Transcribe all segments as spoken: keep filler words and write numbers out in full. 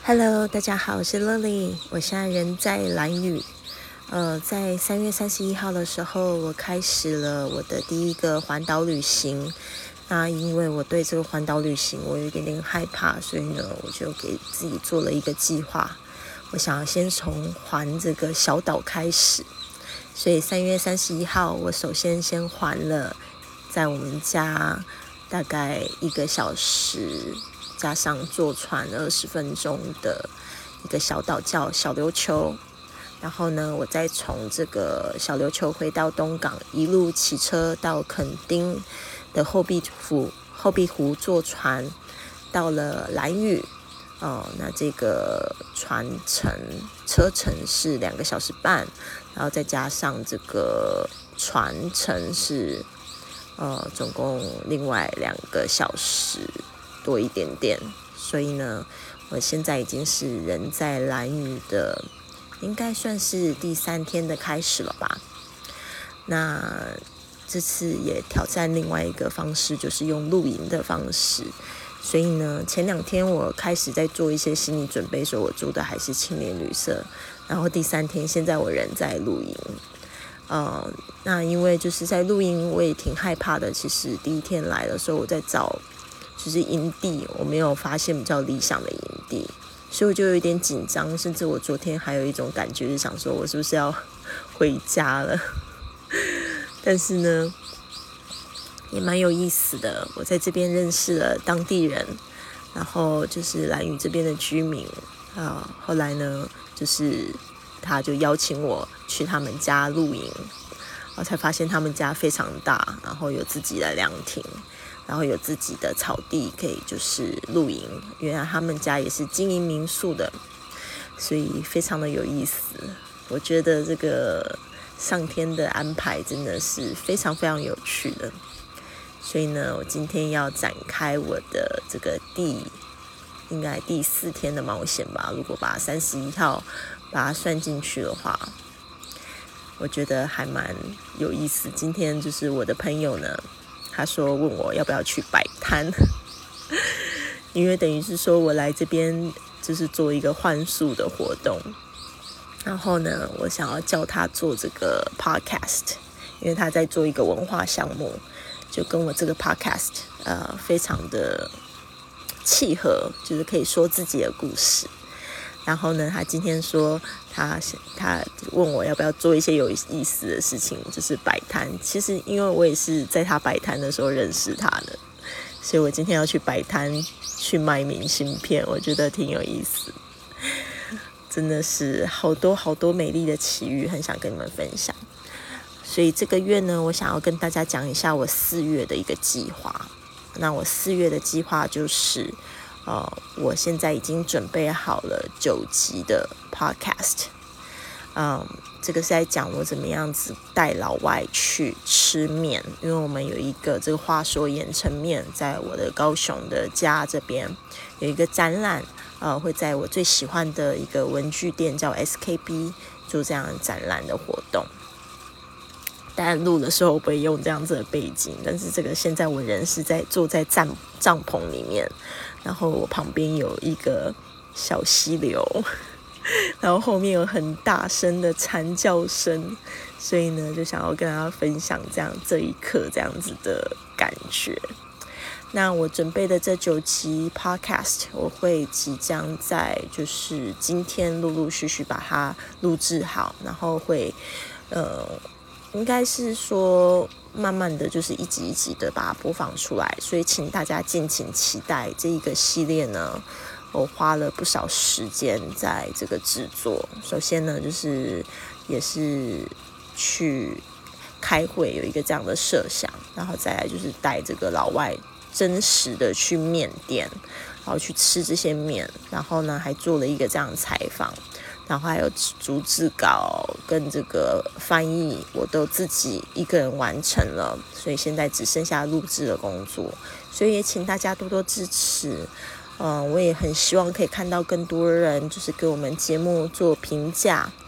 Hello， 大家好，我是 Lily， 我现在人在兰屿。呃，在三月三十一号的时候，我开始了我的第一个环岛旅行。那因为我对这个环岛旅行我有一点点害怕，所以呢，我就给自己做了一个计划。我想要先从环这个小岛开始，所以三月三十一号，我首先先环了在我们家大概一个小时。加上坐船二十分钟的一个小岛叫小琉球，然后呢，我再从这个小琉球回到东港，一路骑车到垦丁的后壁湖，后壁湖坐船到了兰屿。哦，那这个船程车程是两个小时半，然后再加上这个船程是呃总共另外两个小时。多一点点，所以呢，我现在已经是人在兰屿的，应该算是第三天的开始了吧。那这次也挑战另外一个方式，就是用露营的方式。所以呢，前两天我开始在做一些心理准备，说我住的还是青年旅社，然后第三天现在我人在露营。呃，那因为就是在露营，我也挺害怕的。其实第一天来的时候，我在找。就是营地，我没有发现比较理想的营地，所以我就有一点紧张，甚至我昨天还有一种感觉，是想说我是不是要回家了？但是呢，也蛮有意思的。我在这边认识了当地人，然后就是兰屿这边的居民啊。后来呢，就是他就邀请我去他们家露营，我才发现他们家非常大，然后有自己的凉亭。然后有自己的草地可以就是露营，原来他们家也是经营民宿的，所以非常的有意思。我觉得这个上天的安排真的是非常非常有趣的。所以呢，我今天要展开我的这个第应该第四天的冒险吧。如果把三十一号把它算进去的话，我觉得还蛮有意思。今天就是我的朋友呢。他说问我要不要去摆摊，因为等于是说我来这边就是做一个换宿的活动，然后呢，我想要叫他做这个 podcast， 因为他在做一个文化项目，就跟我这个 podcast 呃非常的契合，就是可以说自己的故事。然后呢，他今天说他他问我要不要做一些有意思的事情，就是摆摊。其实因为我也是在他摆摊的时候认识他的，所以我今天要去摆摊去卖明信片，我觉得挺有意思。真的是好多好多美丽的奇遇，很想跟你们分享。所以这个月呢，我想要跟大家讲一下我四月的一个计划。那我四月的计划就是。呃，我现在已经准备好了九集的 podcast， 嗯，这个是在讲我怎么样子带老外去吃面，因为我们有一个这个话说盐城面，在我的高雄的家这边有一个展览，呃，会在我最喜欢的一个文具店叫 S K B 做这样展览的活动。当然录的时候我不会用这样子的背景，但是这个现在我人是在坐在帐帐篷里面，然后我旁边有一个小溪流，然后后面有很大声的蝉叫声，所以呢就想要跟大家分享这样这一刻这样子的感觉。那我准备的这九期 podcast 我会即将在就是今天陆陆续续把它录制好，然后会呃应该是说慢慢的就是一集一集的把它播放出来，所以请大家敬请期待这一个系列呢。我花了不少时间在这个制作，首先呢就是也是去开会有一个这样的设想，然后再来就是带这个老外真实的去面店，然后去吃这些面，然后呢还做了一个这样的采访，然后还有逐字稿跟这个翻译我都自己一个人完成了，所以现在只剩下录制的工作，所以也请大家多多支持。嗯，我也很希望可以看到更多人就是给我们节目做评价，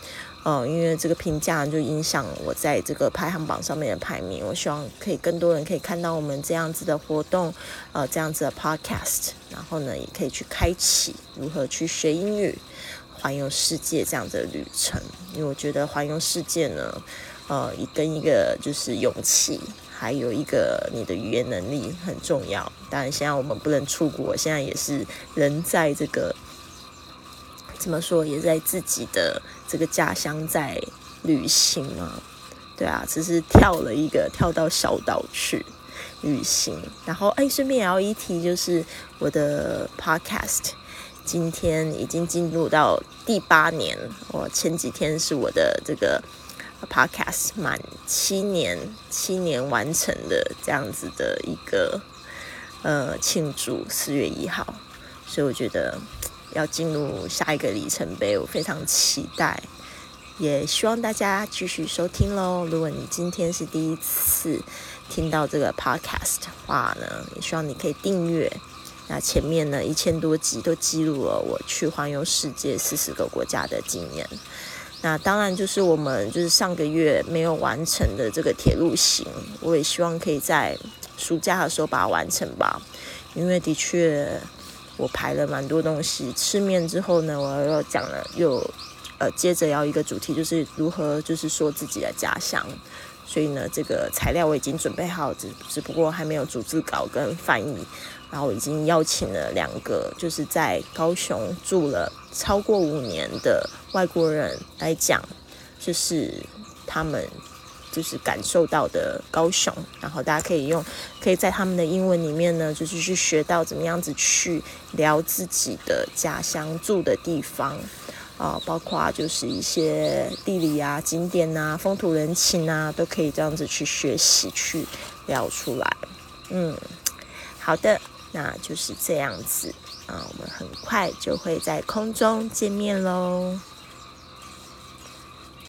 呃，因为这个评价就影响我在这个排行榜上面的排名。我希望可以更多人可以看到我们这样子的活动，呃，这样子的 podcast， 然后呢，也可以去开启如何去学英语、环游世界这样的旅程。因为我觉得环游世界呢，呃，跟一个就是勇气，还有一个你的语言能力很重要。当然，现在我们不能出国，现在也是人在这个。怎么说，也在自己的这个家乡在旅行嘛，对啊，只是跳了一个跳到小岛去旅行。然后哎，顺便也要一提，就是我的 podcast 今天已经进入到第八年，我前几天是我的这个 podcast 满七年七年完成的这样子的一个呃庆祝，四月一号，所以我觉得要进入下一个里程碑，我非常期待，也希望大家继续收听咯。如果你今天是第一次听到这个 podcast 的话呢，也希望你可以订阅。那前面呢一千多集都记录了我去环游世界四十个国家的经验。那当然就是我们就是上个月没有完成的这个铁路行，我也希望可以在暑假的时候把它完成吧，因为的确我排了蛮多东西。吃面之后呢，我又讲了又呃接着要一个主题，就是如何就是说自己的家乡。所以呢，这个材料我已经准备好，只只不过还没有逐字稿跟翻译。然后我已经邀请了两个就是在高雄住了超过五年的外国人来讲，就是他们就是感受到的高雄，然后大家可以用可以在他们的英文里面呢，就是去学到怎么样子去聊自己的家乡住的地方啊、呃，包括就是一些地理啊、景点啊、风土人情啊，都可以这样子去学习去聊出来。嗯，好的，那就是这样子啊、呃，我们很快就会在空中见面咯。